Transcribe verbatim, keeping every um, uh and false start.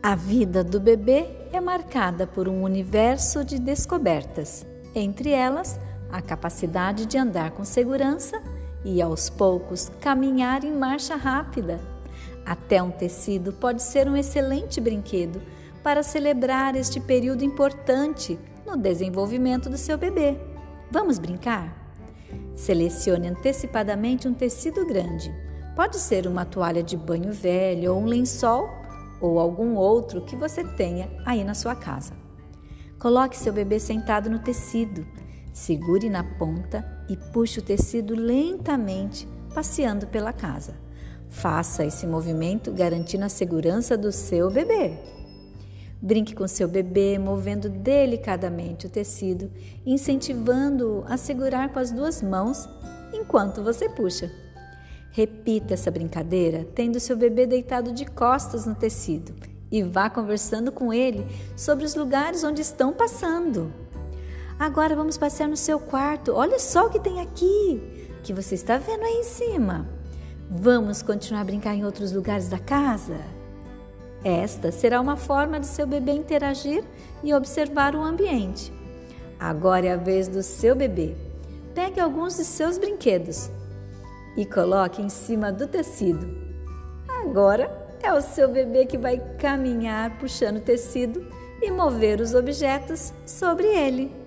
A vida do bebê é marcada por um universo de descobertas, entre elas a capacidade de andar com segurança e, aos poucos, caminhar em marcha rápida. Até um tecido pode ser um excelente brinquedo para celebrar este período importante no desenvolvimento do seu bebê. Vamos brincar? Selecione antecipadamente um tecido grande. Pode ser uma toalha de banho velha ou um lençol ou algum outro que você tenha aí na sua casa. Coloque seu bebê sentado no tecido, segure na ponta e puxe o tecido lentamente, passeando pela casa. Faça esse movimento garantindo a segurança do seu bebê. Brinque com seu bebê, movendo delicadamente o tecido, incentivando-o a segurar com as duas mãos enquanto você puxa. Repita essa brincadeira tendo seu bebê deitado de costas no tecido e vá conversando com ele sobre os lugares onde estão passando. Agora vamos passear no seu quarto. Olha só o que tem aqui, que você está vendo aí em cima. Vamos continuar a brincar em outros lugares da casa? Esta será uma forma de seu bebê interagir e observar o ambiente. Agora é a vez do seu bebê. Pegue alguns de seus brinquedos e coloque em cima do tecido. Agora é o seu bebê que vai caminhar puxando o tecido e mover os objetos sobre ele.